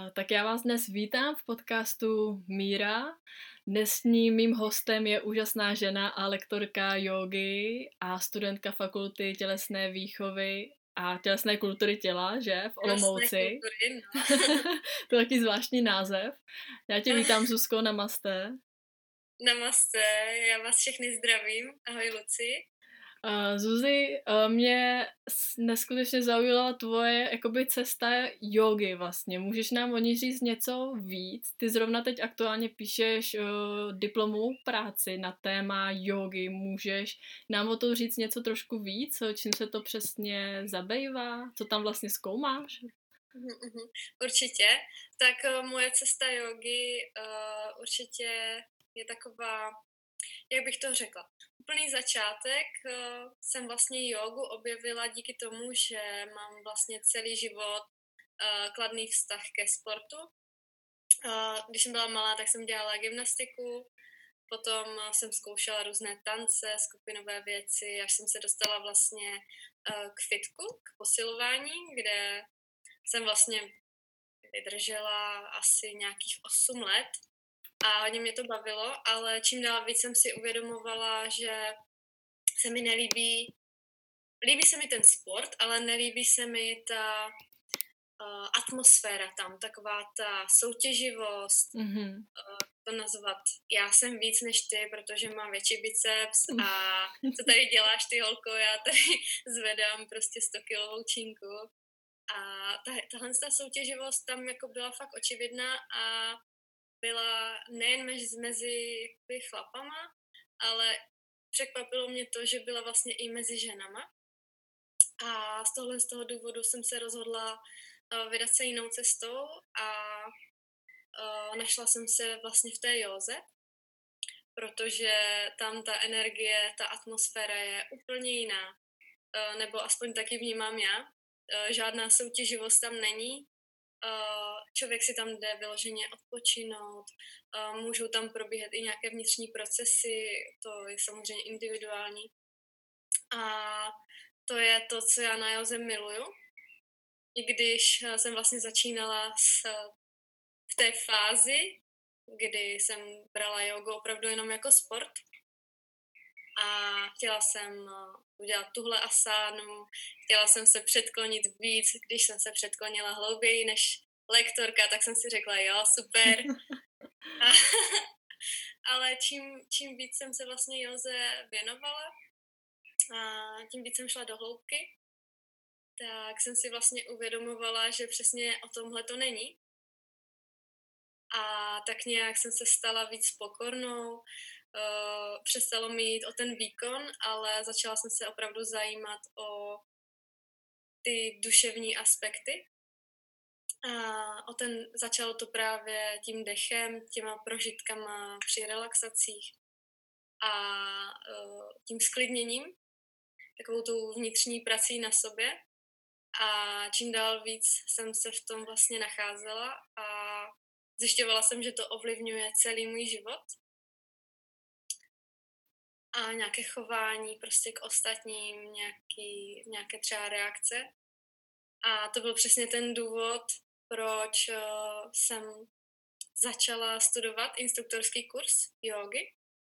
Tak já vás dnes vítám v podcastu Míra. Dnesním mým hostem je úžasná žena a lektorka jógy a studentka fakulty tělesné výchovy a tělesné kultury těla, že? V Krásné Olomouci. kultury, no. To je taky zvláštní název. Já tě vítám, Zuzko, namaste. Namaste, já vás všechny zdravím. Ahoj, Luci. Zuzi, mě neskutečně zaujala tvoje jakoby cesta jógy vlastně. Můžeš nám o ní říct něco víc? Ty zrovna teď aktuálně píšeš diplomovou práci na téma jógy. Můžeš nám o tom říct něco trošku víc? Čím se to přesně zabývá? Co tam vlastně zkoumáš? Určitě. Tak moje cesta jógy určitě je taková, jak bych to řekla. Úplný začátek jsem vlastně jógu objevila díky tomu, že mám vlastně celý život kladný vztah ke sportu. Když jsem byla malá, tak jsem dělala gymnastiku, potom jsem zkoušela různé tance, skupinové věci, až jsem se dostala vlastně k fitku, k posilování, kde jsem vlastně vydržela asi nějakých 8 let a hodně mě to bavilo, ale čím dál víc jsem si uvědomovala, že se mi líbí se mi ten sport, ale nelíbí se mi ta atmosféra tam, taková ta soutěživost, Mhm. to nazvat, já jsem víc než ty, protože mám větší biceps a co tady děláš ty holko, já tady zvedám prostě 100 kilovou činku. A tahle ta soutěživost tam jako byla fakt očividná a byla nejen mezi jakoby chlapama, ale překvapilo mě to, že byla vlastně i mezi ženama. A z toho důvodu jsem se rozhodla vydat se jinou cestou a našla jsem se vlastně v té józe, protože tam ta energie, ta atmosféra je úplně jiná. Nebo aspoň taky vnímám já. Žádná soutěživost tam není. Člověk si tam jde vyloženě odpočinout, můžou tam probíhat i nějaké vnitřní procesy, to je samozřejmě individuální. A to je to, co já na józe miluju. I když jsem vlastně začínala v té fázi, kdy jsem brala jógu opravdu jenom jako sport a chtěla jsem udělat tuhle asánu, chtěla jsem se předklonit víc, když jsem se předklonila hlouběji než lektorka, tak jsem si řekla, jo, super. A, ale čím víc jsem se vlastně józe věnovala a tím víc jsem šla do hloubky, tak jsem si vlastně uvědomovala, že přesně o tomhle to není. A tak nějak jsem se stala víc pokornou, přestalo mi jít o ten výkon, ale začala jsem se opravdu zajímat o ty duševní aspekty. A začalo to právě tím dechem, těma prožitkama při relaxacích a tím sklidněním, takovou tou vnitřní prací na sobě. A čím dál víc jsem se v tom vlastně nacházela a zjišťovala jsem, že to ovlivňuje celý můj život a nějaké chování prostě k ostatním, nějaké třeba reakce. A to byl přesně ten důvod, proč jsem začala studovat instruktorský kurz jógy,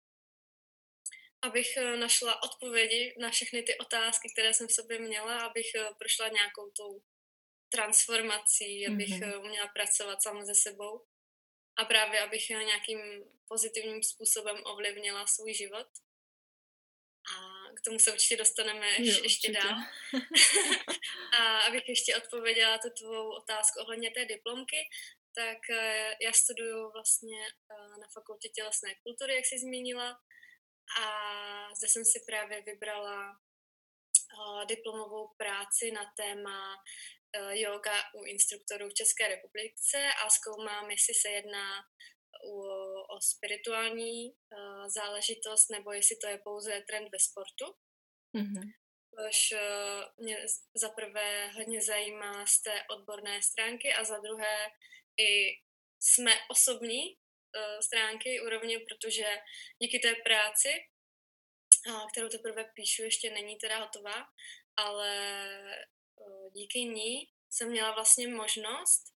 abych našla odpovědi na všechny ty otázky, které jsem v sobě měla, abych prošla nějakou tou transformací, abych uměla pracovat sama se sebou a právě abych nějakým pozitivním způsobem ovlivnila svůj život. A k tomu se určitě dostaneme Jo, ještě určitě. dál. A abych ještě odpověděla tu tvou otázku ohledně té diplomky, tak já studuju vlastně na fakultě tělesné kultury, jak jsi zmínila, a zde jsem si právě vybrala diplomovou práci na téma yoga u instruktorů v České republice a zkoumám, jestli se jedná o spirituální záležitost, nebo jestli to je pouze trend ve sportu. Mhm. Což mě za prvé hodně zajímá z té odborné stránky a za druhé i z mé osobní stránky, úrovně, protože díky té práci, kterou teprve píšu, ještě není teda hotová, ale díky ní jsem měla vlastně možnost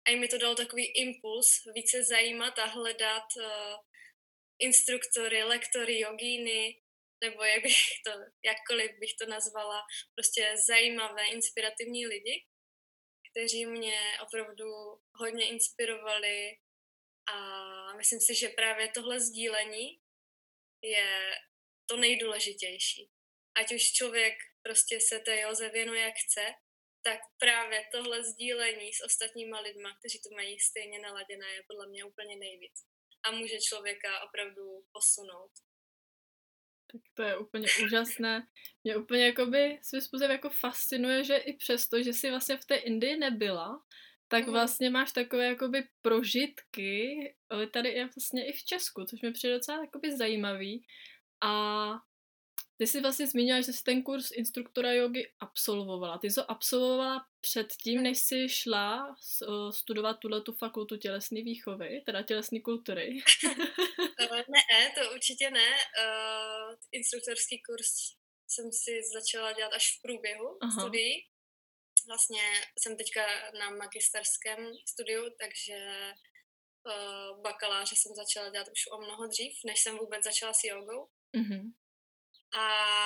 a i mi to dalo takový impuls více zajímat a hledat instruktory, lektory, jogíny, nebo jakkoliv bych to nazvala, prostě zajímavé, inspirativní lidi, kteří mě opravdu hodně inspirovali a myslím si, že právě tohle sdílení je to nejdůležitější. Ať už člověk prostě se té józe věnuje jak chce, tak právě tohle sdílení s ostatníma lidma, kteří to mají stejně naladěné, je podle mě úplně nejvíc. A může člověka opravdu posunout. Tak to je úplně úžasné. Mě úplně jakoby svým způsobem jako fascinuje, že i přesto, že jsi vlastně v té Indii nebyla, tak vlastně máš takové jakoby prožitky tady je vlastně i v Česku, což mi přijde docela jakoby zajímavý. A ty jsi vlastně zmínila, že jsi ten kurz instruktora jogy absolvovala. Ty jsi ho absolvovala předtím, než jsi šla studovat tu fakultu tělesné výchovy, teda tělesné kultury. Ne, to určitě ne. Instruktorský kurz jsem si začala dělat až v průběhu studií. Vlastně jsem teďka na magisterském studiu, takže bakaláře jsem začala dělat už o mnoho dřív, než jsem vůbec začala s jogou. Mm-hmm. A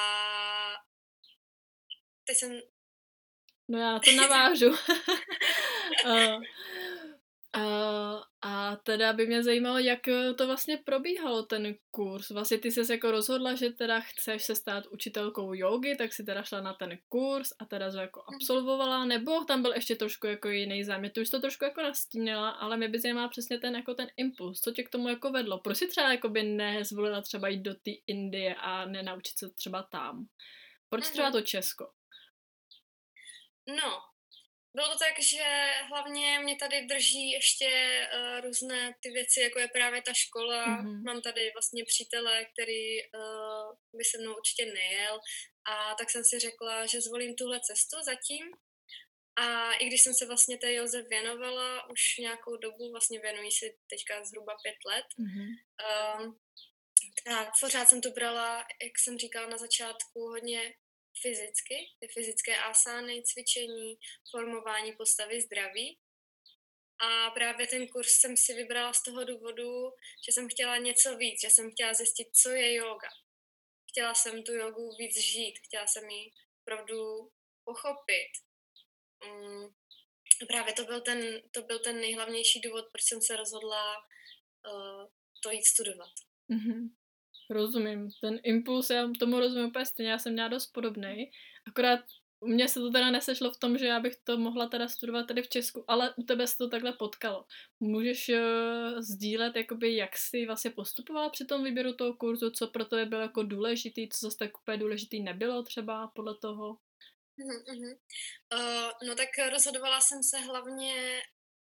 teď jsem... No já na to navážu. A teda by mě zajímalo, jak to vlastně probíhalo ten kurz. Vlastně ty jsi jako rozhodla, že teda chceš se stát učitelkou jógy, tak si teda šla na ten kurz a teda to jako absolvovala, nebo tam byl ještě trošku jako jiný záměr. Ty už to trošku jako nastínila, ale mě by zajímala přesně ten jako ten impuls, co tě k tomu jako vedlo. Proč si třeba jako by nezvolila třeba jít do té Indie a nenaučit se třeba tam? Proč třeba to Česko? No, bylo to tak, že hlavně mě tady drží ještě různé ty věci, jako je právě ta škola. Mám tady vlastně přítele, který by se mnou určitě nejel. A tak jsem si řekla, že zvolím tuhle cestu zatím. A i když jsem se vlastně té józe věnovala už nějakou dobu, vlastně věnuji si teďka zhruba 5 let, tak pořád jsem to brala, jak jsem říkala na začátku, hodně fyzicky, ty fyzické asány, cvičení, formování postavy zdraví. A právě ten kurz jsem si vybrala z toho důvodu, že jsem chtěla něco víc, že jsem chtěla zjistit, co je jóga. Chtěla jsem tu jogu víc žít, chtěla jsem ji opravdu pochopit. Právě to byl ten nejhlavnější důvod, proč jsem se rozhodla to jít studovat. Mm-hmm. Rozumím, ten impuls, já tomu rozumím úplně stejně, já jsem měla dost podobnej, akorát u mě se to teda nesešlo v tom, že já bych to mohla teda studovat tady v Česku, ale u tebe se to takhle potkalo. Můžeš sdílet, jakoby, jak jsi vlastně postupovala při tom výběru toho kurzu, co pro tebe bylo jako důležitý, co zase tak úplně důležitý nebylo třeba podle toho? No tak rozhodovala jsem se hlavně...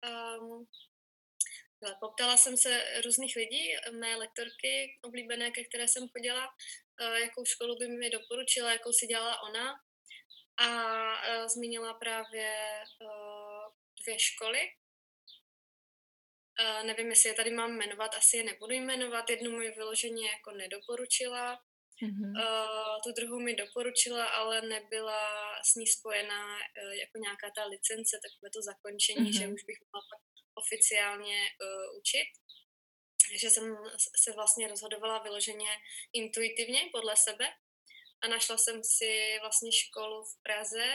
Poptala jsem se různých lidí, mé lektorky oblíbené, ke které jsem chodila, jakou školu by mi doporučila, jakou si dělala ona. A zmínila právě 2 školy. Nevím, jestli je tady mám jmenovat, asi je nebudu jmenovat. Jednu mi vyloženě jako nedoporučila. Tu druhou mi doporučila, ale nebyla s ní spojená jako nějaká ta licence, takové to zakončení, že už bych mohla pak oficiálně učit. Takže jsem se vlastně rozhodovala vyloženě intuitivně podle sebe a našla jsem si vlastně školu v Praze.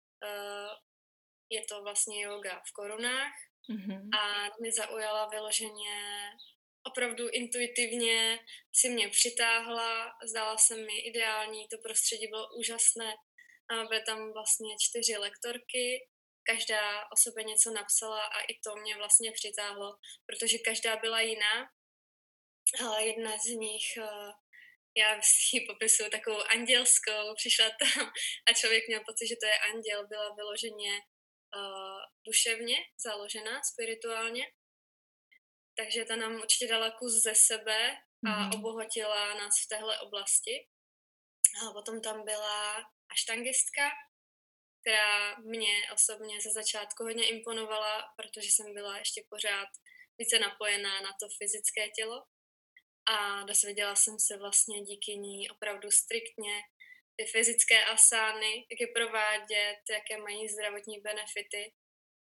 Je to vlastně yoga v Korunách a mě zaujala vyloženě opravdu intuitivně, si mě přitáhla, zdala se mi ideální, to prostředí bylo úžasné. Byly tam vlastně 4 lektorky, každá o sobě něco napsala a i to mě vlastně přitáhlo, protože každá byla jiná. Jedna z nich, já si ji popisuju takovou andělskou, přišla tam a člověk měl pocit, že to je anděl, byla vyloženě duševně založená, spirituálně. Takže ta nám určitě dala kus ze sebe a obohatila nás v téhle oblasti. A potom tam byla aštangistka, která mě osobně ze začátku hodně imponovala, protože jsem byla ještě pořád více napojená na to fyzické tělo. A dozvěděla jsem se vlastně díky ní opravdu striktně ty fyzické asány, jak je provádět, jaké mají zdravotní benefity.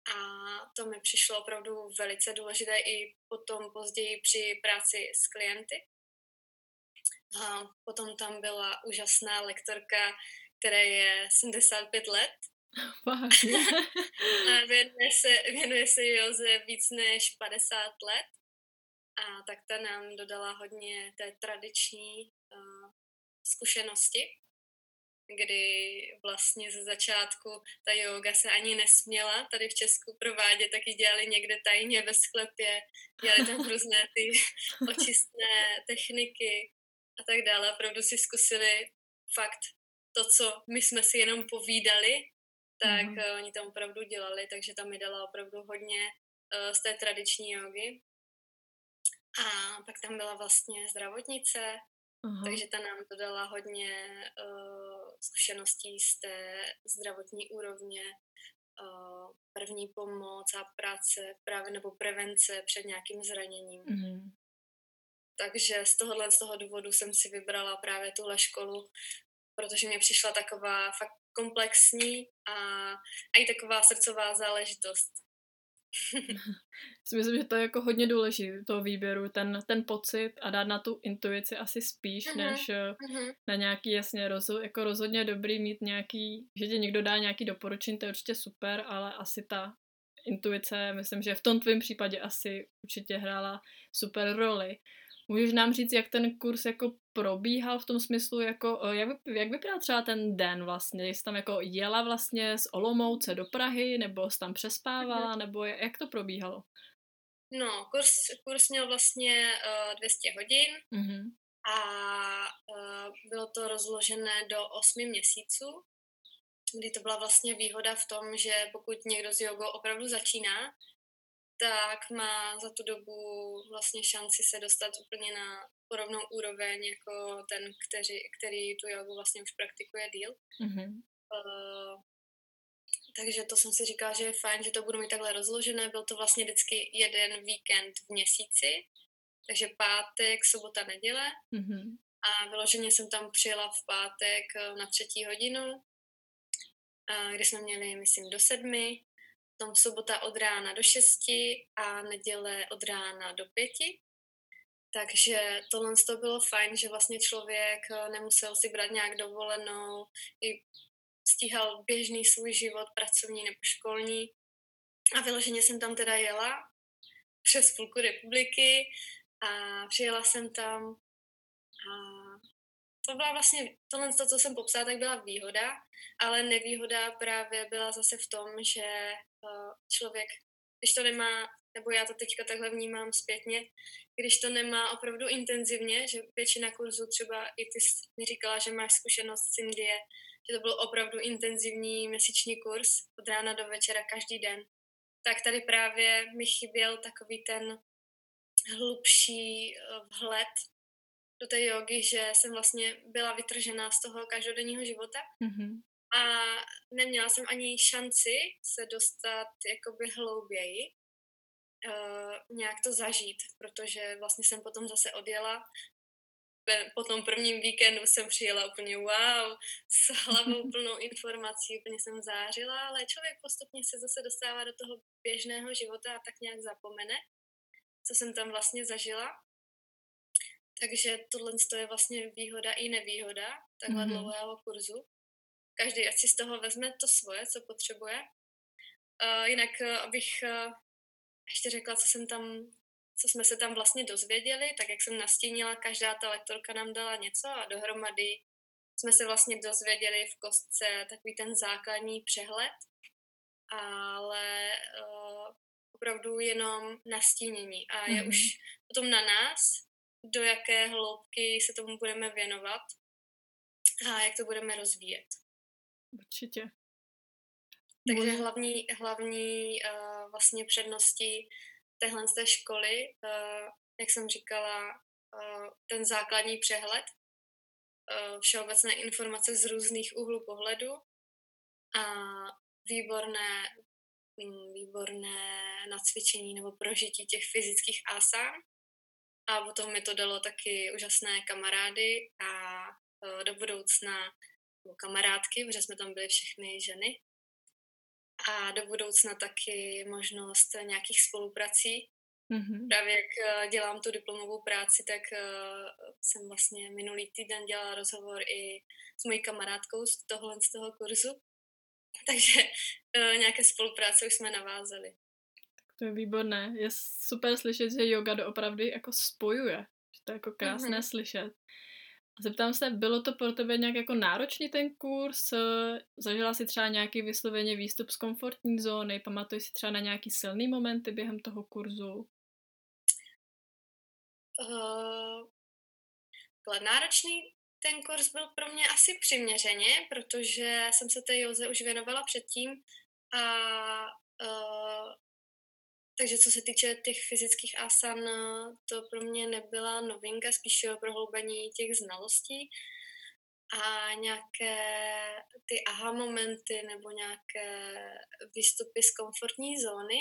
A to mi přišlo opravdu velice důležité i potom později při práci s klienty. A potom tam byla úžasná lektorka, které je 75 let Vážně. a věnuje se józe víc než 50 let. A tak ta nám dodala hodně té tradiční zkušenosti, kdy vlastně ze začátku ta jóga se ani nesměla tady v Česku provádět, tak ji dělali někde tajně ve sklepě, dělali tam různé ty očistné techniky a tak dále. Opravdu si zkusili fakt to, co my jsme si jenom povídali, tak oni tam opravdu dělali, takže tam mi dala opravdu hodně z té tradiční jógy. A pak tam byla vlastně zdravotnice, Aha. takže ta nám dodala hodně zkušeností z té zdravotní úrovně, první pomoc a práce právě nebo prevence před nějakým zraněním. Takže z toho důvodu jsem si vybrala právě tuhle školu, protože mě přišla taková fakt komplexní a i taková srdcová záležitost. Si myslím, že to je jako hodně důležité, toho výběru, ten pocit a dát na tu intuici asi spíš, než na nějaký jasně jako rozhodně dobrý mít nějaký, že ti někdo dá nějaký doporučení, to je určitě super, ale asi ta intuice, myslím, že v tom tvém případě asi určitě hrála super roli. Můžeš nám říct, jak ten kurz jako probíhal v tom smyslu, jako, jak vypadal třeba ten den vlastně? Jsi tam jako jela vlastně z Olomouce do Prahy, nebo jsi tam přespávala, nebo jak to probíhalo? No, kurz měl vlastně 200 hodin a bylo to rozložené do 8 měsíců, kdy to byla vlastně výhoda v tom, že pokud někdo s jogou opravdu začíná, tak má za tu dobu vlastně šanci se dostat úplně na podobnou úroveň jako ten, který tu jogu vlastně už praktikuje díl. Takže to jsem si říkala, že je fajn, že to budu mít takhle rozložené. Byl to vlastně vždycky jeden víkend v měsíci, takže pátek, sobota, neděle. A vyloženě jsem tam přijela v pátek na 3. hodinu, kdy jsme měli, myslím, do 7. Potom sobota od rána do 6 a neděle od rána do 5. Takže tohle to bylo fajn, že vlastně člověk nemusel si brát nějak dovolenou, i stíhal běžný svůj život, pracovní nebo školní. A vyloženě jsem tam teda jela přes půlku republiky a přijela jsem tam a to byla vlastně, tohle, co jsem popsala, tak byla výhoda, ale nevýhoda právě byla zase v tom, že člověk, když to nemá, nebo já to teďka takhle vnímám zpětně, když to nemá opravdu intenzivně, že většina kurzů, třeba i ty mi říkala, že máš zkušenost z Indie, že to byl opravdu intenzivní měsíční kurz od rána do večera každý den, tak tady právě mi chyběl takový ten hlubší vhled do té jogy, že jsem vlastně byla vytržená z toho každodenního života a neměla jsem ani šanci se dostat jakoby hlouběji, nějak to zažít, protože vlastně jsem potom zase odjela. Po tom prvním víkendu jsem přijela úplně wow, s hlavou plnou informací, úplně jsem zářila, ale člověk postupně se zase dostává do toho běžného života a tak nějak zapomene, co jsem tam vlastně zažila. Takže tohle je vlastně výhoda i nevýhoda takhle dlouhého kurzu. Každý ať si z toho vezme to svoje, co potřebuje. Jinak abych ještě řekla, co jsme se tam vlastně dozvěděli, tak jak jsem nastínila, každá ta lektorka nám dala něco a dohromady jsme se vlastně dozvěděli v kostce takový ten základní přehled, ale opravdu jenom nastínění. A je už potom na nás, do jaké hloubky se tomu budeme věnovat a jak to budeme rozvíjet. Určitě. Takže hlavní vlastně přednosti téhle z té školy, jak jsem říkala, ten základní přehled, všeobecné informace z různých úhlů pohledu a výborné nacvičení nebo prožití těch fyzických asán. A potom mi to dalo taky úžasné kamarády a do budoucna kamarádky, protože jsme tam byli všechny ženy. a do budoucna taky možnost nějakých spoluprací. Mhm. Právě jak dělám tu diplomovou práci, tak jsem vlastně minulý týden dělala rozhovor i s mojí kamarádkou z toho kurzu, takže nějaké spolupráce už jsme navázali. To je výborné. Je super slyšet, že yoga doopravdy jako spojuje. Že to je jako krásné Mhm. slyšet. A zeptám se, bylo to pro tebe nějak jako náročný ten kurz? Zažila jsi třeba nějaký vysloveně výstup z komfortní zóny? Pamatuješ si třeba na nějaký silný momenty během toho kurzu? Uh, Byl náročný, ten kurz byl pro mě asi přiměřeně, protože jsem se té józe už věnovala předtím a uh, takže co se týče těch fyzických asan, to pro mě nebyla novinka, spíš prohloubení těch znalostí a nějaké ty aha momenty nebo nějaké výstupy z komfortní zóny.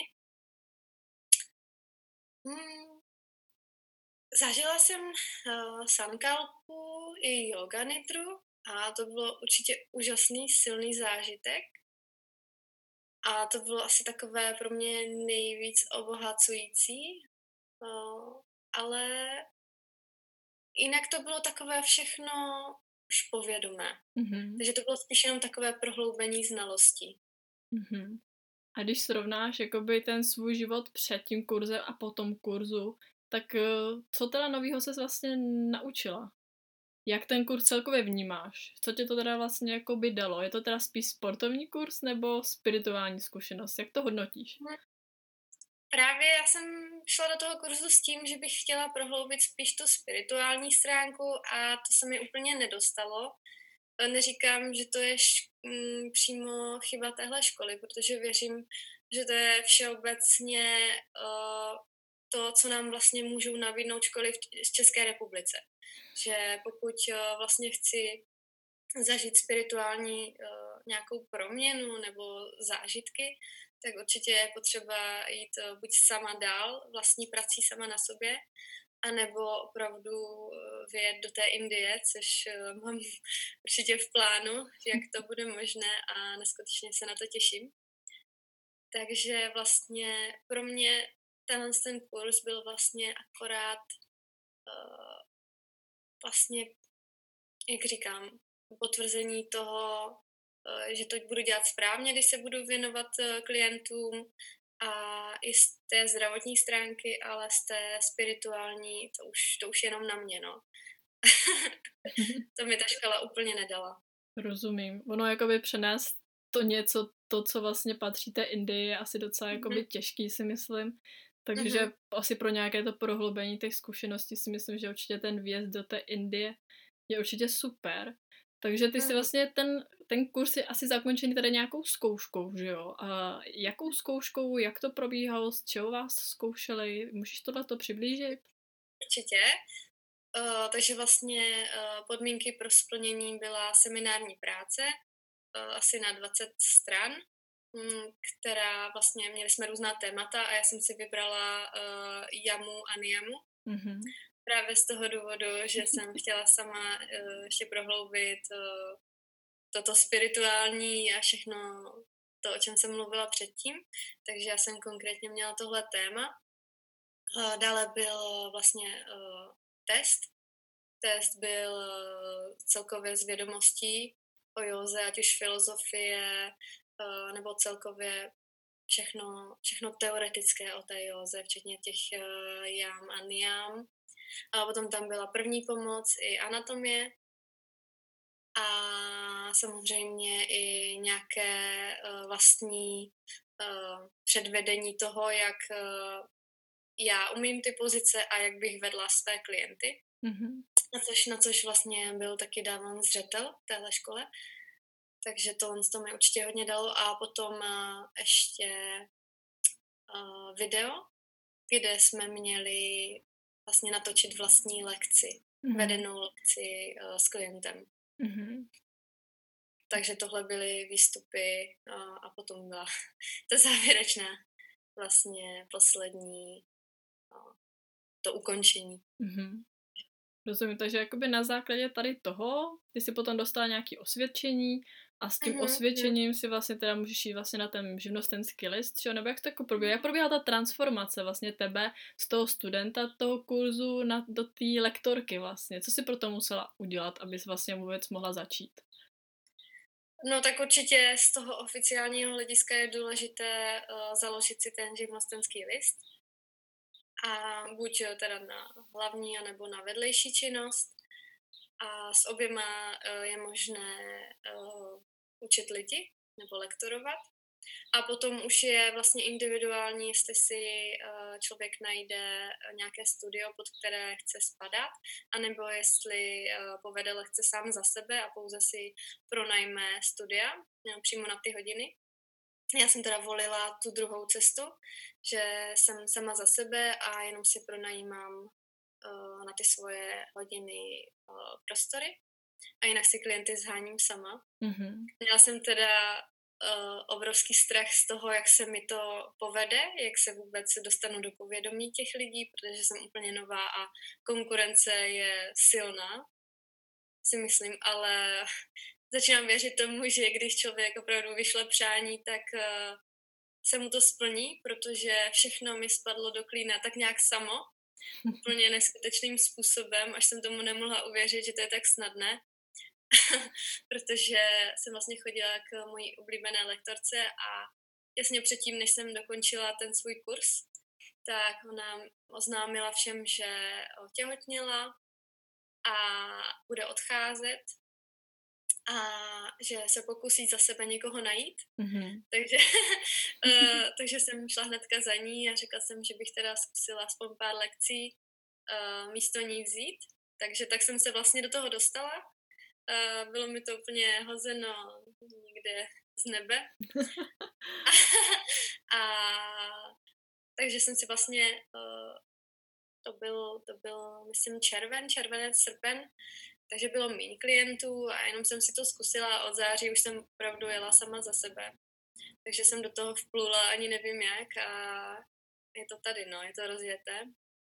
Hmm, Zažila jsem sankalpu i yoga nidru a to bylo určitě úžasný, silný zážitek. A to bylo asi takové pro mě nejvíc obohacující, ale jinak to bylo takové všechno už povědomé. Mhm. Takže to bylo spíš jenom takové prohloubení znalostí. Mhm. A když srovnáš jakoby ten svůj život před tím kurzem a po tom kurzu, tak co teda novýho ses vlastně naučila? Jak ten kurz celkově vnímáš? Co tě to teda vlastně jakoby dalo? Je to teda spíš sportovní kurz nebo spirituální zkušenost? Jak to hodnotíš? Hm, Právě já jsem šla do toho kurzu s tím, že bych chtěla prohloubit spíš tu spirituální stránku a to se mi úplně nedostalo. Neříkám, že to je přímo chyba téhle školy, protože věřím, že to je všeobecně to, co nám vlastně můžou nabídnout školy v České republice. Že pokud vlastně chci zažít spirituální nějakou proměnu nebo zážitky, tak určitě je potřeba jít buď sama dál, vlastní prací sama na sobě, anebo opravdu vyjet do té Indie, což mám určitě v plánu, jak to bude možné a neskutečně se na to těším. Takže vlastně pro mě ten kurz byl vlastně akorát vlastně, jak říkám, potvrzení toho, že to budu dělat správně, když se budu věnovat klientům a i z té zdravotní stránky, ale z té spirituální, to už jenom na mě, no. To mi ta škola úplně nedala. Rozumím. Ono jakoby přenést to něco, to, co vlastně patří té Indii, je asi docela Mhm, jakoby těžký, si myslím. Takže mhm, asi pro nějaké to prohloubení těch zkušeností si myslím, že určitě ten výjezd do té Indie je určitě super. Takže ty si mhm. vlastně ten kurz je asi zakončený tady nějakou zkouškou, že jo? A jakou zkouškou, jak to probíhalo, z čeho vás zkoušeli? Můžeš tohleto přiblížit? Určitě. Takže vlastně podmínky pro splnění byla seminární práce, asi na 20 stran, která vlastně, měli jsme různá témata a já jsem si vybrala jamu a niyamu. Mhm. Právě z toho důvodu, že jsem chtěla sama ještě prohloubit toto spirituální a všechno to, o čem jsem mluvila předtím. Takže já jsem konkrétně měla tohle téma. Dále byl vlastně test. Test byl celkově z vědomostí o józe, ať už filozofie, nebo celkově všechno teoretické o té józe, včetně těch jám a niám. A potom tam byla první pomoc i anatomie a samozřejmě i nějaké vlastní předvedení toho, jak já umím ty pozice a jak bych vedla své klienty. Mhm. Na což vlastně byl taky dáván zřetel v téhle škole. Takže to mi určitě hodně dalo. A potom ještě video, kde jsme měli vlastně natočit vlastní lekci, Mhm. vedenou lekci s klientem. Mhm. Takže tohle byly výstupy a potom byla ta závěrečná vlastně poslední to ukončení. Mhm. Rozumím, takže jakoby na základě tady toho, ty si potom dostala nějaké osvědčení A s tím osvědčením si vlastně teda můžeš jít vlastně na ten živnostenský list, že? Nebo jak to jako probíhá? Jak probíhá ta transformace vlastně tebe z toho studenta toho kurzu do té lektorky vlastně? Co jsi pro to musela udělat, abys vlastně vůbec mohla začít? No tak určitě z toho oficiálního hlediska je důležité založit si ten živnostenský list a buď teda na hlavní, anebo na vedlejší činnost. A s oběma je možné učit lidi nebo lektorovat. A potom už je vlastně individuální, jestli si člověk najde nějaké studio, pod které chce spadat, anebo jestli povede lekce sám za sebe a pouze si pronajme studia přímo na ty hodiny. Já jsem teda volila tu druhou cestu, že jsem sama za sebe a jenom si pronajímám na ty svoje hodiny prostory a jinak si klienty zháním sama. Mm-hmm. Měla jsem teda obrovský strach z toho, jak se mi to povede, jak se vůbec dostanu do povědomí těch lidí, protože jsem úplně nová a konkurence je silná, si myslím, ale začínám věřit tomu, že když člověk opravdu vyšle přání, tak se mu to splní, protože všechno mi spadlo do klína tak nějak samo, úplně neskutečným způsobem, až jsem tomu nemohla uvěřit, že to je tak snadné. Protože jsem vlastně chodila k mojí oblíbené lektorce a těsně předtím, než jsem dokončila ten svůj kurz, tak ona oznámila všem, že těhotněla a bude odcházet a že se pokusí za sebe někoho najít. Mm-hmm. Takže jsem šla hnedka za ní a řekla jsem, že bych teda zkusila aspoň pár lekcí místo ní vzít. Takže tak jsem se vlastně do toho dostala. Bylo mi to úplně hozeno někde z nebe. a takže jsem si vlastně, to byl myslím červenec, srpen, takže bylo méně klientů a jenom jsem si to zkusila a od září už jsem opravdu jela sama za sebe. Takže jsem do toho vplula, ani nevím jak a je to tady, no, je to rozjeté.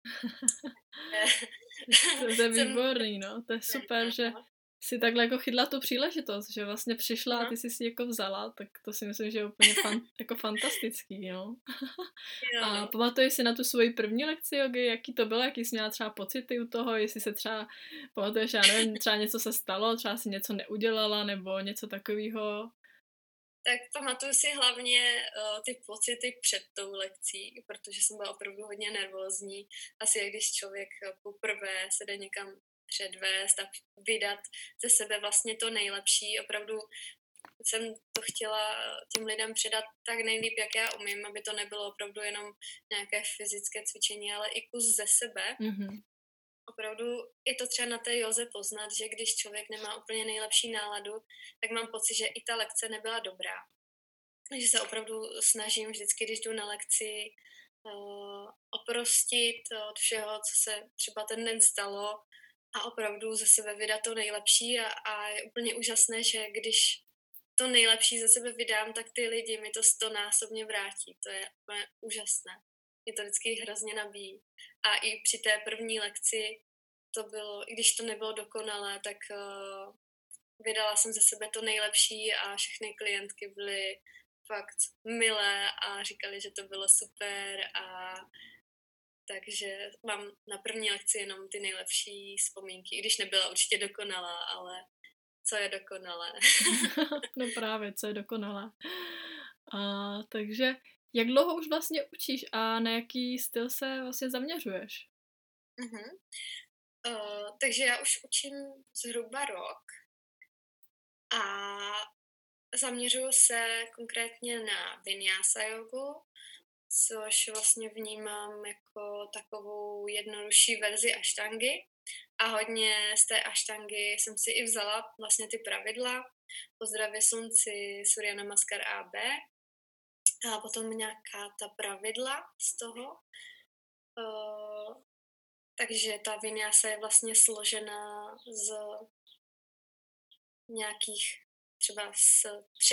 To je výborný, no, to je super, že si takhle jako chytla tu příležitost, že vlastně přišla a ty si jako vzala, tak to si myslím, že je úplně jako fantastický, jo. A pamatuješ si na tu svoji první lekci jogy, jaký to bylo, jaký jsi měla třeba pocity u toho, jestli se třeba, pamatuješ, já nevím, třeba něco se stalo, třeba si něco neudělala, nebo něco takového? Tak pamatuju si hlavně ty pocity před tou lekcí, protože jsem byla opravdu hodně nervózní. Asi jak když člověk poprvé se jde někam předvést a vydat ze sebe vlastně to nejlepší. Opravdu jsem to chtěla těm lidem předat tak nejlíp, jak já umím, aby to nebylo opravdu jenom nějaké fyzické cvičení, ale i kus ze sebe. Mm-hmm. Opravdu je to třeba na té józe poznat, že když člověk nemá úplně nejlepší náladu, tak mám pocit, že i ta lekce nebyla dobrá. Takže se opravdu snažím vždycky, když jdu na lekci, oprostit od všeho, co se třeba ten den stalo a opravdu ze sebe vydat to nejlepší a je úplně úžasné, že když to nejlepší ze sebe vydám, tak ty lidi mi to 100násobně vrátí. To je úplně úžasné. Mě to vždycky hrozně nabíjí. A i při té první lekci to bylo, i když to nebylo dokonalé, tak vydala jsem ze sebe to nejlepší a všechny klientky byly fakt milé a říkali, že to bylo super a takže mám na první lekci jenom ty nejlepší vzpomínky, i když nebyla určitě dokonalá, ale co je dokonalé. No právě, co je dokonalé. Takže jak dlouho už vlastně učíš a na jaký styl se vlastně zaměřuješ? Uh-huh. Takže já už učím zhruba rok a zaměřuju se konkrétně na vinyasa jogu, což vlastně vnímám jako takovou jednodušší verzi aštangy. A hodně z té aštangy jsem si i vzala vlastně ty pravidla. Pozdravě slunci Surya Namaskar AB. A potom nějaká ta pravidla z toho. Takže ta vinyasa je vlastně složena z nějakých třeba z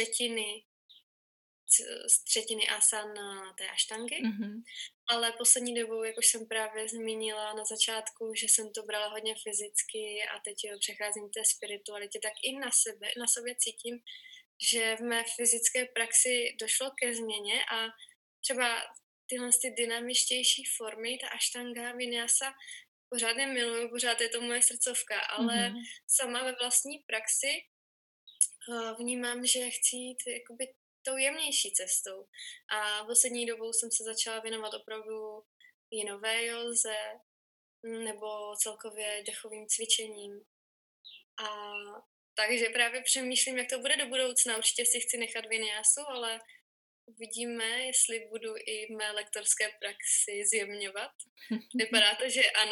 třetiny asan té aštangy. Mm-hmm. Ale poslední dobou, jak už jsem právě zmínila na začátku, že jsem to brala hodně fyzicky a teď přecházím k té spiritualitě, tak i na sobě cítím, že v mé fyzické praxi došlo ke změně a třeba tyhle ty dynamičtější formy, ta ashtanga, vinyasa, pořád je miluju, pořád je to moje srdcovka, ale Mhm. sama ve vlastní praxi vnímám, že chci jít jakoby tou jemnější cestou. A poslední dobou jsem se začala věnovat opravdu jinové józe nebo celkově dechovým cvičením. A takže právě přemýšlím, jak to bude do budoucna. Určitě si chci nechat vinyásu, ale uvidíme, jestli budu i v mé lektorské praxi zjemňovat. Vypadá to, že ano.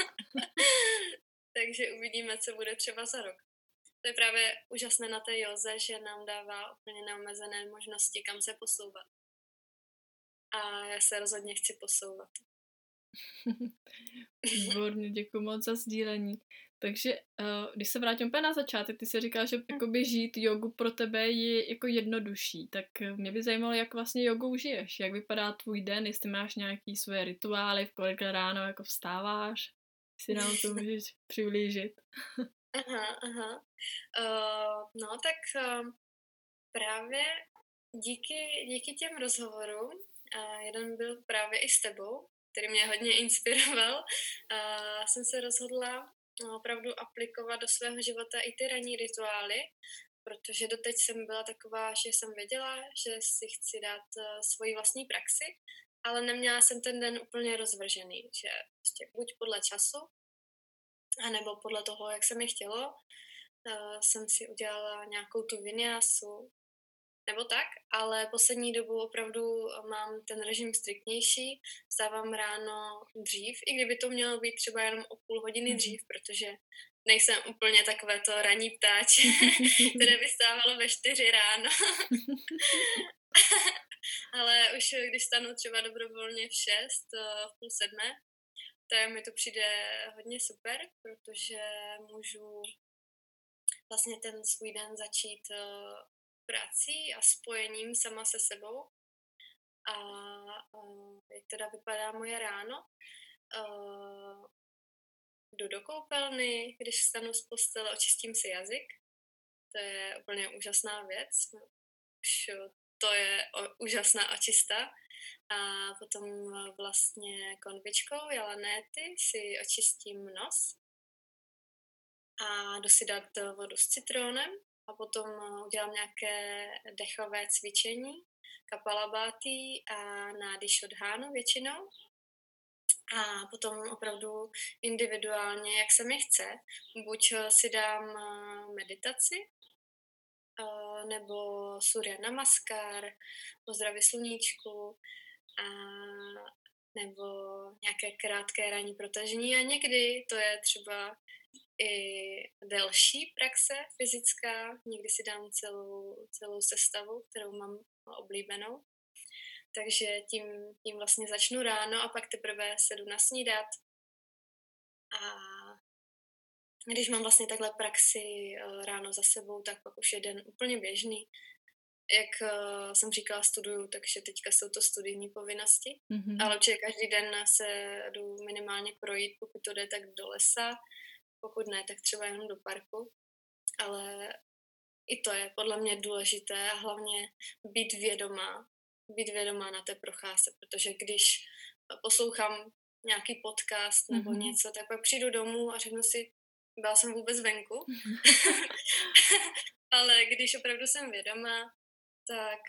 Takže uvidíme, co bude třeba za rok. To je právě úžasné na té józe, že nám dává úplně neomezené možnosti, kam se posouvat. A já se rozhodně chci posouvat. Výborně, děkuji moc za sdílení. Takže když se vrátím úplně na začátek, ty jsi říkala, že jakoby žít jogu pro tebe je jako jednodušší, tak mě by zajímalo, jak vlastně jogou žiješ, jak vypadá tvůj den, jestli máš nějaký svoje rituály, v kolik ráno jako vstáváš, si nám to můžeš přiblížit. Aha. No tak právě díky těm rozhovorům, a jeden byl právě i s tebou, který mě hodně inspiroval, jsem se rozhodla opravdu aplikovat do svého života i ty ranní rituály, protože doteď jsem byla taková, že jsem věděla, že si chci dát svoji vlastní praxi, ale neměla jsem ten den úplně rozvržený, že prostě buď podle času, anebo podle toho, jak se mi chtělo, jsem si udělala nějakou tu vinyásu, nebo tak, ale poslední dobu opravdu mám ten režim striktnější, vstávám ráno dřív, i kdyby to mělo být třeba jenom o půl hodiny dřív, protože nejsem úplně takové to ranní ptáče, které by stávalo ve 4 ráno. Ale už když stanu třeba dobrovolně v 6, v půl 7, tak mi to přijde hodně super, protože můžu vlastně ten svůj den začít prací a spojením sama se sebou. A jak teda vypadá moje ráno? Jdu do koupelny, když vstanu z postele, očistím si jazyk. To je úplně úžasná věc. Už to je úžasná očista. A potom vlastně konvičkou jalanéty si očistím nos a jdu si dát vodu s citronem a potom udělám nějaké dechové cvičení, kapalabhati a nádishodhánu většinou. A potom opravdu individuálně, jak se mi chce. Buď si dám meditaci, nebo Surya Namaskar, pozdravy sluníčku, a nebo nějaké krátké ranní protažení. A někdy to je třeba i delší praxe fyzická. Někdy si dám celou sestavu, kterou mám oblíbenou. Takže tím vlastně začnu ráno a pak teprve se jdu nasnídat. A když mám vlastně takhle praxi ráno za sebou, tak pak už je den úplně běžný. Jak jsem říkala, studuju, takže teďka jsou to studijní povinnosti. Ale určitě každý den se jdu minimálně projít, pokud to jde, tak do lesa. Pokud ne, tak třeba jenom do parku. Ale i to je podle mě důležité a hlavně být vědomá na té procházce, protože když poslouchám nějaký podcast nebo něco, tak pak přijdu domů a řeknu si, byla jsem vůbec venku. Ale když opravdu jsem vědomá, tak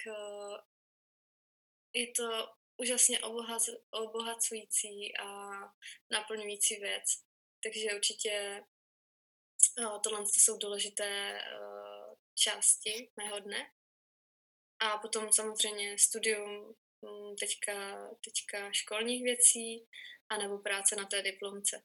je to úžasně obohacující a naplňující věc. Takže určitě tohle jsou důležité části mého dne. A potom samozřejmě studium teďka školních věcí anebo práce na té diplomce.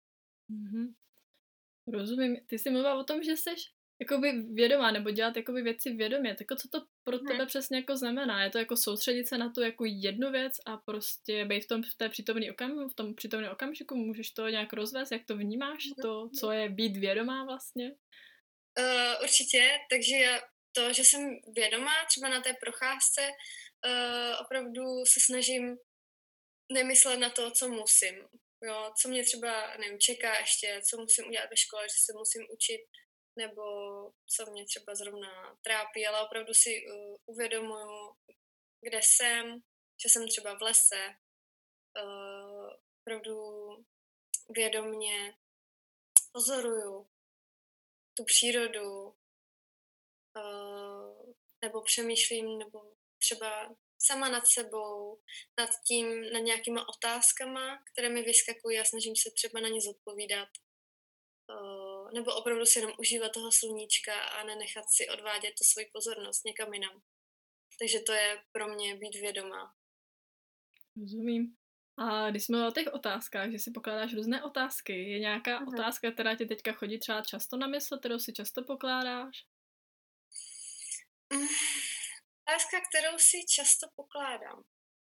Rozumím. Ty jsi mluvila o tom, že jsi jakoby vědomá, nebo dělat jakoby věci vědomě. Tak co to pro tebe přesně jako znamená? Je to jako soustředit se na tu jako jednu věc a prostě být v tom přítomný okamžiku? Můžeš to nějak rozvést? Jak to vnímáš? To, co je být vědomá vlastně? Určitě, takže to, že jsem vědomá třeba na té procházce, opravdu se snažím nemyslet na to, co musím. Jo, co mě třeba, nevím, čeká ještě, co musím udělat ve škole, že se musím učit. nebo co mě třeba zrovna trápí, ale opravdu si uvědomuju, kde jsem, že jsem třeba v lese, opravdu vědomně pozoruju tu přírodu, nebo přemýšlím, nebo třeba sama nad sebou, nad nějakýma otázkama, které mi vyskakují a snažím se třeba na ně zodpovídat. Nebo opravdu si jenom užívat toho sluníčka a nenechat si odvádět tu svoji pozornost někam jinam. Takže to je pro mě být vědomá. Rozumím. A když jsme o těch otázkách, že si pokládáš různé otázky, je nějaká otázka, která ti teďka chodí třeba často na mysl, kterou si často pokládáš? Otázka, kterou si často pokládám.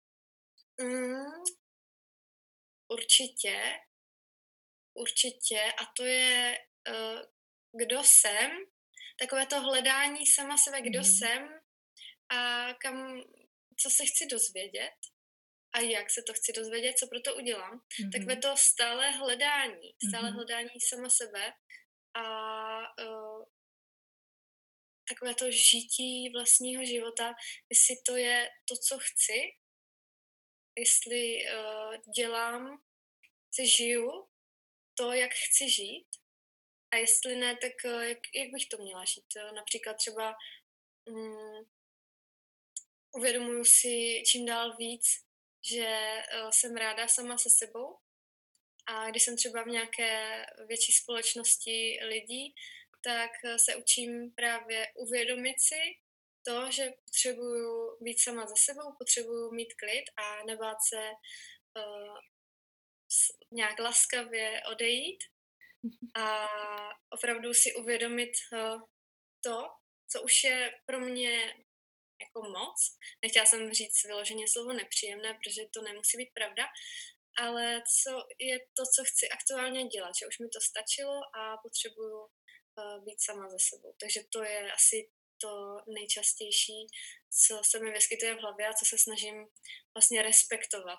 Určitě. A to je, kdo jsem, takové to hledání sama sebe, kdo jsem a co se chci dozvědět a jak se to chci dozvědět, co pro to udělám. Takové to stále hledání sama sebe a takové to žití vlastního života, jestli to je to, co chci, jestli žiju to, jak chci žít a jestli ne, tak jak bych to měla žít. Například třeba uvědomuju si čím dál víc, že jsem ráda sama se sebou a když jsem třeba v nějaké větší společnosti lidí, tak se učím právě uvědomit si to, že potřebuju být sama ze sebou, potřebuju mít klid a nebát se nějak laskavě odejít a opravdu si uvědomit to, co už je pro mě jako moc. Nechtěla jsem říct vyloženě slovo nepříjemné, protože to nemusí být pravda, ale co je to, co chci aktuálně dělat, že už mi to stačilo a potřebuju být sama ze sebou. Takže to je asi to nejčastější, co se mi vyskytuje v hlavě a co se snažím vlastně respektovat.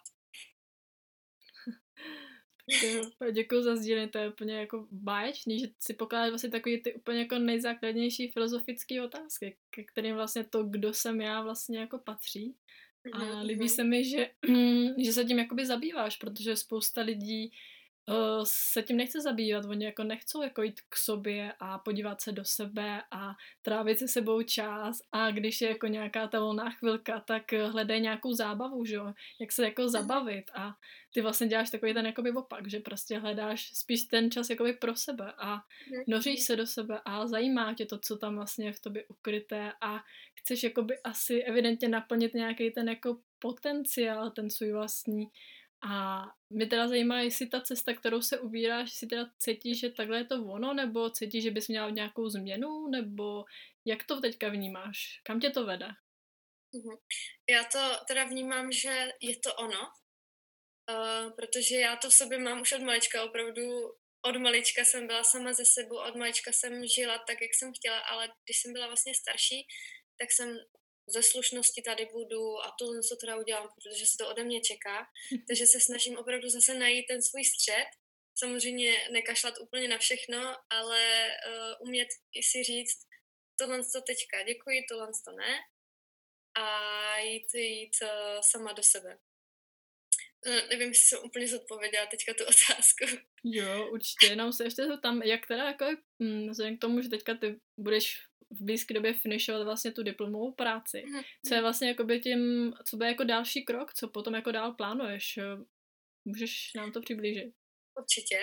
Děkuji za sdílení, to je úplně jako báječný, že si pokládáš vlastně takový ty úplně jako nejzákladnější filozofické otázky, ke kterým vlastně to, kdo jsem já, vlastně jako patří. A líbí se mi, že se tím jakoby zabýváš, protože spousta lidí se tím nechce zabývat, oni jako nechcou jako jít k sobě a podívat se do sebe a trávit se sebou čas a když je jako nějaká ta volná chvilka, tak hledají nějakou zábavu, že jo, jak se jako zabavit a ty vlastně děláš takový ten jakoby opak, že prostě hledáš spíš ten čas jakoby pro sebe a noříš se do sebe a zajímá tě to, co tam vlastně je v tobě ukryté a chceš jakoby asi evidentně naplnit nějaký ten jako potenciál, ten svůj vlastní. A mě teda zajímá, jestli ta cesta, kterou se ubíráš, si teda cítíš, že takhle je to ono, nebo cítíš, že bys měla nějakou změnu, nebo jak to teďka vnímáš? Kam tě to vede? Já to teda vnímám, že je to ono, protože já to v sobě mám už od malička, opravdu od malička jsem byla sama ze sebou, od malička jsem žila tak, jak jsem chtěla, ale když jsem byla vlastně starší, tak jsem ze slušnosti tady budu a tohle co teda udělám, protože se to ode mě čeká. Takže se snažím opravdu zase najít ten svůj střed. Samozřejmě nekašlat úplně na všechno, ale umět i si říct tohle to teďka děkuji, tohle to ne a jít sama do sebe. Nevím, jestli jsem úplně zodpověděla teďka tu otázku. Jo, určitě, jenom se ještě tam, jak teda jako vzhledem k tomu, že teďka ty budeš v blízké době finišovat vlastně tu diplomovou práci. Co je vlastně jakoby tím, co bude jako další krok, co potom jako dál plánuješ? Můžeš nám to přiblížit? Určitě.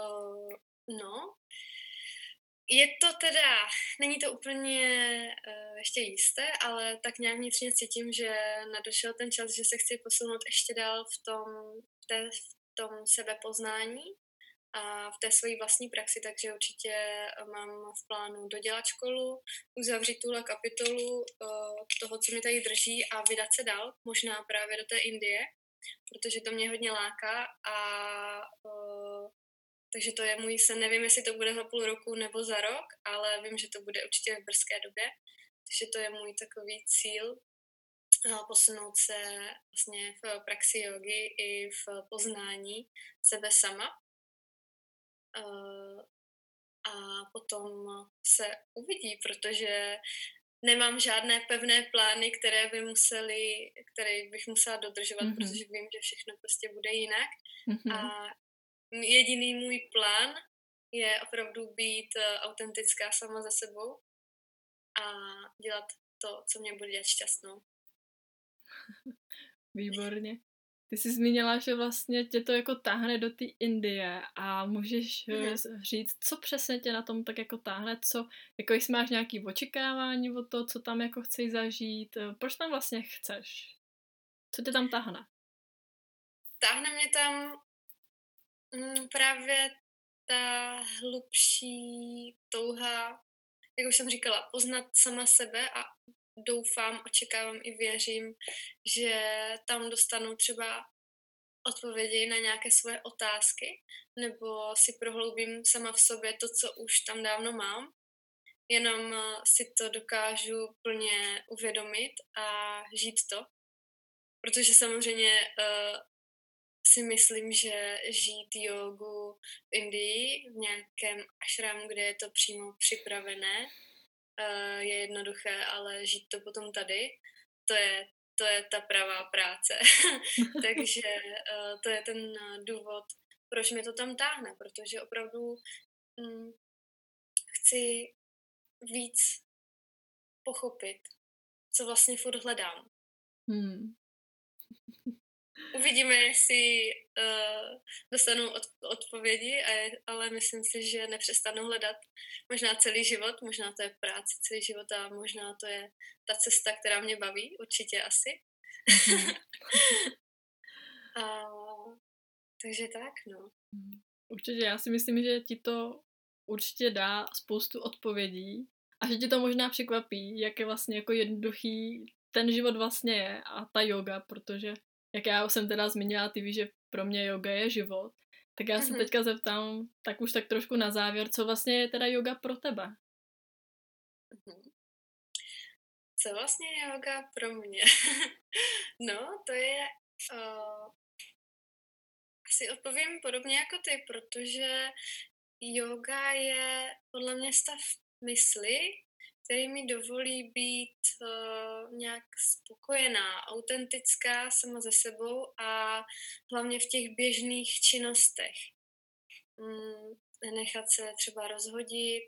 Je to teda, není to úplně ještě jisté, ale tak nějak vnitřně cítím, že nadošel ten čas, že se chci posunout ještě dál v tom sebepoznání a v té své vlastní praxi, takže určitě mám v plánu dodělat školu, uzavřít tuhle kapitolu toho, co mi tady drží a vydat se dál, možná právě do té Indie, protože to mě hodně láká a takže to je můj sen. Nevím, jestli to bude za půl roku nebo za rok, ale vím, že to bude určitě v brzké době. Takže to je můj takový cíl posunout se vlastně v praxi jogy i v poznání sebe sama. a potom se uvidí, protože nemám žádné pevné plány, které bych musela dodržovat, protože vím, že všechno prostě bude jinak. A jediný můj plán je opravdu být autentická sama za sebou a dělat to, co mě bude dělat šťastnou. Výborně. Ty jsi zmínila, že vlastně tě to jako táhne do té Indie a můžeš říct, co přesně tě na tom tak jako táhne, jako jestli máš nějaké očekávání o to, co tam jako chceš zažít, proč tam vlastně chceš? Co tě tam táhne? Táhne mě tam právě ta hlubší touha, jak už jsem říkala, poznat sama sebe a doufám, očekávám i věřím, že tam dostanu třeba odpovědi na nějaké svoje otázky, nebo si prohloubím sama v sobě to, co už tam dávno mám. Jenom si to dokážu plně uvědomit a žít to. Protože samozřejmě si myslím, že žít jogu v Indii, v nějakém ashramu, kde je to přímo připravené, je jednoduché, ale žít to potom tady, to je ta pravá práce. Takže to je ten důvod, proč mě to tam táhne, protože opravdu chci víc pochopit, co vlastně furt hledám. Uvidíme, jestli dostanu odpovědi, ale myslím si, že nepřestanu hledat možná celý život, možná to je práce celý život a možná to je ta cesta, která mě baví, určitě asi. Takže tak, no. Určitě, já si myslím, že ti to určitě dá spoustu odpovědí a že ti to možná překvapí, jak je vlastně jako jednoduchý ten život vlastně je a ta yoga, protože jak já jsem teda zmínila, ty víš, že pro mě yoga je život, tak já se teďka zeptám tak už tak trošku na závěr, co vlastně je teda yoga pro tebe? Co vlastně je yoga pro mě? No, to je... asi odpovím podobně jako ty, protože yoga je podle mě stav mysli, který mi dovolí být nějak spokojená, autentická sama ze sebou a hlavně v těch běžných činnostech. Nenechat se třeba rozhodit,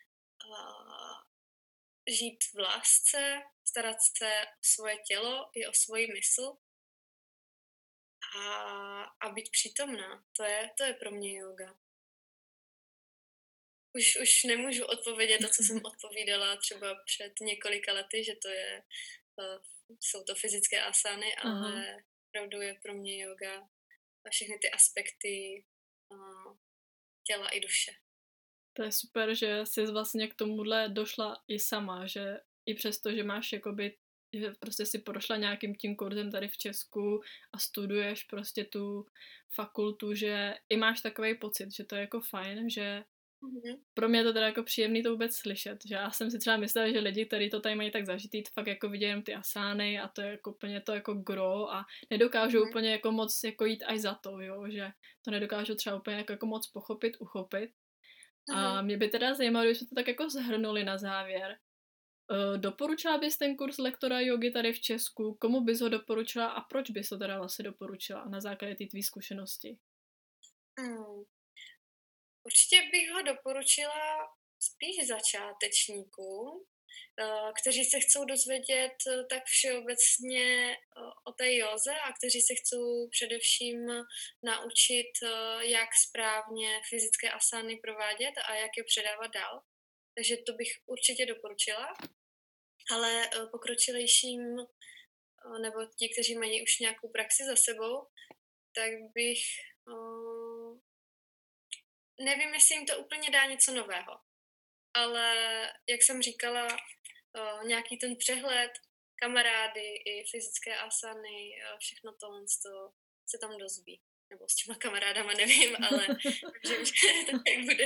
žít v lásce, starat se o svoje tělo i o svoji mysl a být přítomná. To je pro mě yoga. Už nemůžu odpovědět to, co jsem odpovídala třeba před několika lety, že jsou to fyzické asány, ale opravdu je pro mě yoga a všechny ty aspekty těla i duše. To je super, že jsi vlastně k tomuhle došla i sama, že i přesto, že máš jakoby, že prostě si prošla nějakým tím kurzem tady v Česku a studuješ prostě tu fakultu, že i máš takový pocit, že to je jako fajn, že pro mě je to teda jako příjemný to vůbec slyšet, že já jsem si třeba myslela, že lidi, kteří to tady mají tak zažitý, fakt jako vidí jenom ty asány a to je jako úplně to jako gro a nedokážou úplně jako moc jako jít až za to, jo, že to nedokážu třeba úplně jako moc pochopit, uchopit. A mě by teda zajímalo, když jsme to tak jako zhrnuli na závěr. Doporučila bys ten kurz lektora jogy tady v Česku? Komu bys ho doporučila a proč bys to teda vlastně doporučila na základě té tvý zkušenosti? Určitě bych ho doporučila spíš začátečníkům, kteří se chcou dozvědět tak všeobecně o té józe a kteří se chcou především naučit, jak správně fyzické asány provádět a jak je předávat dál. Takže to bych určitě doporučila. Ale pokročilejším, nebo ti, kteří mají už nějakou praxi za sebou, tak bych... nevím, jestli jim to úplně dá něco nového. Ale jak jsem říkala, nějaký ten přehled, kamarády i fyzické asany, všechno tohle se tam dozví. Nebo s těma kamarádama nevím, ale že to tak bude.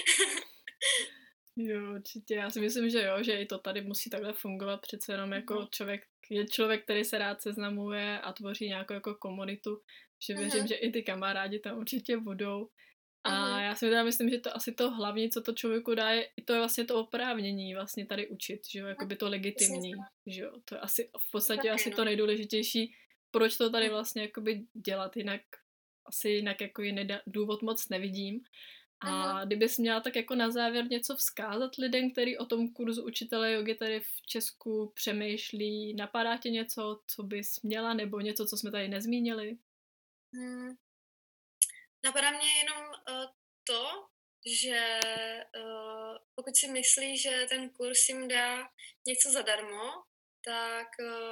Jo, určitě. Já si myslím, že jo, že i to tady musí takhle fungovat. Přece jenom jako člověk, který se rád seznamuje a tvoří nějakou jako komunitu, že věřím, že i ty kamarádi tam určitě budou. A já si teda myslím, že to asi to hlavní, co to člověku dá, je to je vlastně to oprávnění vlastně tady učit, že jo, jakoby to legitimní, že jo, to je asi v podstatě asi to nejdůležitější, proč to tady vlastně jakoby dělat, jinak jako jiný důvod moc nevidím. A kdybys měla tak jako na závěr něco vzkázat lidem, který o tom kurzu učitele jogy tady v Česku přemýšlí, napadá tě něco, co bys měla, nebo něco, co jsme tady nezmínili? Napadá mě jenom to, že pokud si myslí, že ten kurz jim dá něco zadarmo, tak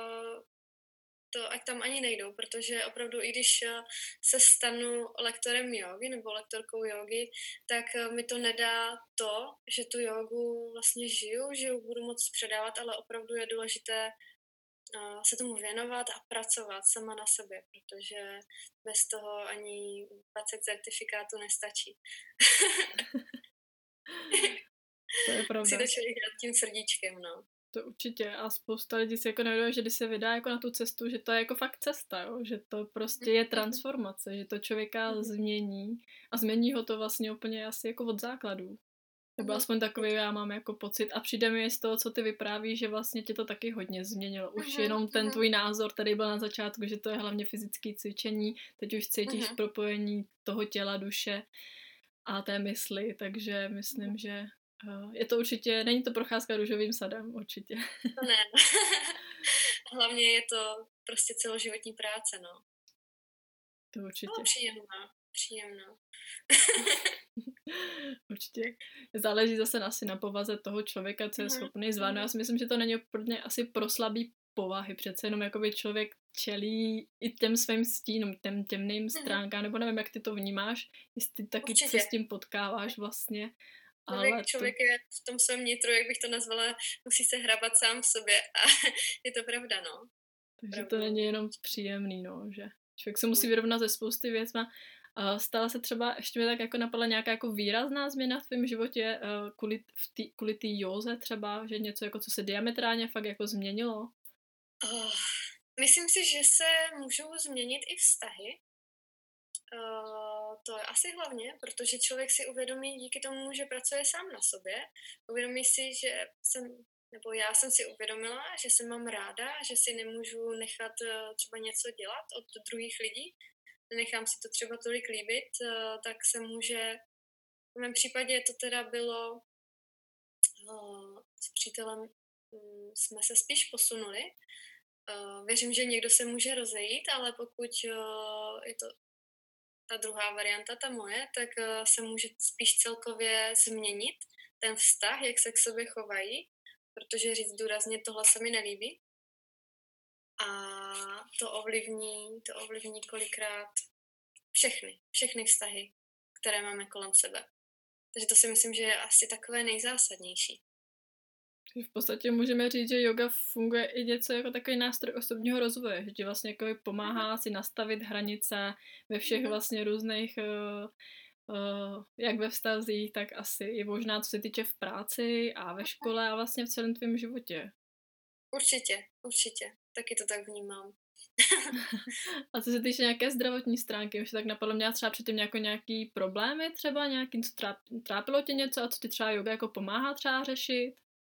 to ať tam ani nejdou, protože opravdu i když se stanu lektorem jógy nebo lektorkou jógy, tak mi to nedá to, že tu jógu vlastně žiju, že ji budu moc předávat, ale opravdu je důležité se tomu věnovat a pracovat sama na sobě, protože bez toho ani 20 certifikátů nestačí. To je pravda. Musí to člověk dělat tím srdíčkem, no. To určitě a spousta lidí si jako nevědomuje, že když se vydá jako na tu cestu, že to je jako fakt cesta, jo? Že to prostě je transformace, že to člověka změní a změní ho to vlastně úplně asi jako od základů. Nebo aspoň takový já mám jako pocit a přijde mi z toho, co ty vyprávíš, že vlastně tě to taky hodně změnilo. Už jenom ten tvůj názor tady byl na začátku, že to je hlavně fyzické cvičení, teď už cítíš propojení toho těla, duše a té mysli, takže myslím, že je to určitě, není to procházka růžovým sadem, určitě. To ne. Hlavně je to prostě celoživotní práce, no. To určitě. No, příjemná. Určitě. Záleží zase asi na povaze toho člověka, co je schopný zvládnout. Já si myslím, že to není úplně asi pro slabý povahy. Přece jenom jakoby člověk čelí i těm svým stínům, těm temným stránkám, nebo nevím, jak ty to vnímáš, jestli taky se s tím potkáváš vlastně. Člověk je v tom svém nitru, jak bych to nazvala, musí se hrabat sám v sobě a je to pravda, no. Takže to není jenom příjemný, no, že člověk se musí vyrovnat ze spousty věcma. Stala se třeba, ještě mi tak jako napadla nějaká jako výrazná změna v tvém životě kvůli té józe třeba, že něco jako co se diametrálně fakt jako změnilo? Myslím si, že se můžou změnit i vztahy. To je asi hlavně, protože člověk si uvědomí díky tomu, že pracuje sám na sobě. Uvědomí si, že já jsem si uvědomila, že se mám ráda, že si nemůžu nechat třeba něco dělat od druhých lidí. Nechám si to třeba tolik líbit, tak se může... V mém případě to teda bylo s přítelem, jsme se spíš posunuli. Věřím, že někdo se může rozejít, ale pokud je to ta druhá varianta, ta moje, tak se může spíš celkově změnit ten vztah, jak se k sobě chovají, protože říct důrazně, tohle se mi nelíbí. A to ovlivní kolikrát všechny vztahy, které máme kolem sebe. Takže to si myslím, že je asi takové nejzásadnější. V podstatě můžeme říct, že yoga funguje i něco jako takový nástroj osobního rozvoje, že ti vlastně jako pomáhá si nastavit hranice ve všech vlastně různých, jak ve vztazích, tak asi i možná co se týče v práci a ve škole a vlastně v celém tvém životě. Určitě. Taky to tak vnímám. A co se týče nějaké zdravotní stránky, už tak napadlo mě třeba předtím nějaký problémy třeba, nějaký, co trápilo tě něco a co ti třeba yoga jako pomáhá třeba řešit?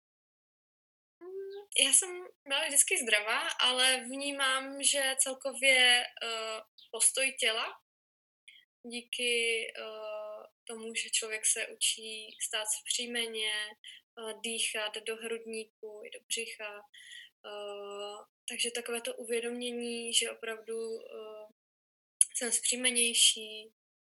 Já jsem byla vždycky zdravá, ale vnímám, že celkově postoj těla díky tomu, že člověk se učí stát vzpřímeně, dýchat do hrudníku i do břicha. Takže takové to uvědomění, že opravdu jsem vzpřímenější,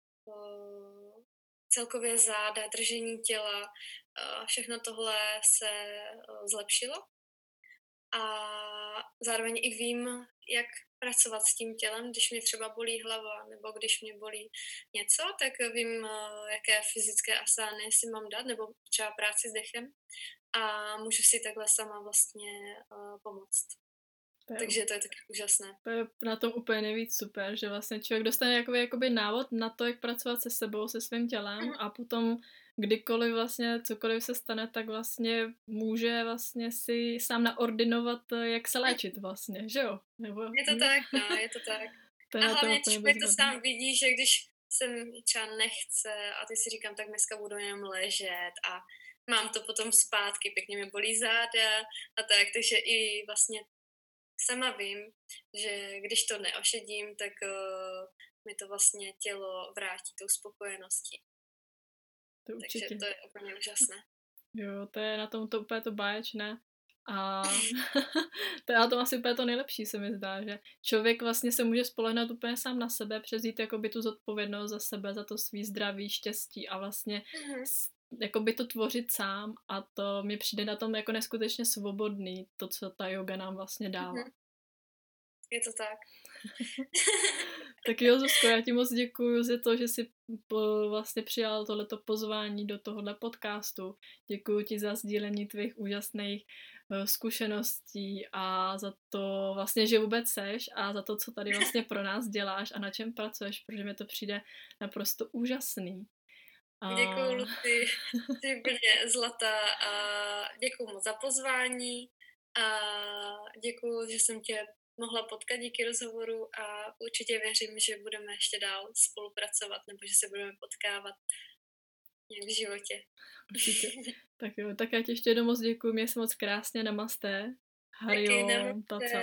celkově záda, držení těla, všechno tohle se zlepšilo. A zároveň i vím, jak pracovat s tím tělem, když mě třeba bolí hlava nebo když mě bolí něco, tak vím, jaké fyzické asány si mám dát nebo třeba práci s dechem a můžu si takhle sama vlastně pomoct. Takže to je taky úžasné. To je na tom úplně nejvíc super, že vlastně člověk dostane jakoby návod na to, jak pracovat se sebou, se svým tělem a potom kdykoliv vlastně cokoliv se stane, tak vlastně může vlastně si sám naordinovat, jak se léčit vlastně, že jo? Je to tak, no, je to tak. A hlavně člověk to sám vidí, že když se mi třeba nechce a teď si říkám, tak dneska budu jenom ležet a mám to potom zpátky, pěkně mi bolí záda a tak, takže i vlastně sama vím, že když to neošedím, tak mi to vlastně tělo vrátí tou spokojeností. To určitě. Takže to je úplně úžasné. Jo, to je na tom to úplně to báječné. A to je na tom asi úplně to nejlepší, se mi zdá, že člověk vlastně se může spolehnout úplně sám na sebe, převzít jakoby tu zodpovědnost za sebe, za to svý zdraví, štěstí a vlastně jakoby to tvořit sám a to mi přijde na tom jako neskutečně svobodný, to, co ta yoga nám vlastně dává. Je to tak. Tak jo, Zuzko, já ti moc děkuju za to, že jsi vlastně přijal tohleto pozvání do tohohle podcastu. Děkuju ti za sdílení tvých úžasných zkušeností a za to vlastně, že vůbec seš a za to, co tady vlastně pro nás děláš a na čem pracuješ, protože mi to přijde naprosto úžasný. Děkuju, Luci, jsi úplně zlatá a děkuju moc za pozvání a děkuju, že jsem tě mohla potkat díky rozhovoru a určitě věřím, že budeme ještě dál spolupracovat nebo že se budeme potkávat nějak v životě. Určitě. Tak jo, tak já ti ještě jednou moc děkuju, měj se moc krásně, namasté. Hariom, taca.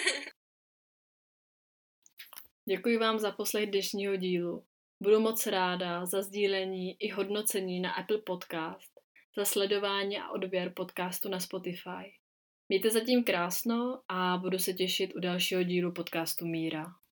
Děkuji vám za poslech dnešního dílu. Budu moc ráda za sdílení i hodnocení na Apple Podcast, za sledování a odběr podcastu na Spotify. Mějte zatím krásno a budu se těšit u dalšího dílu podcastu Míra.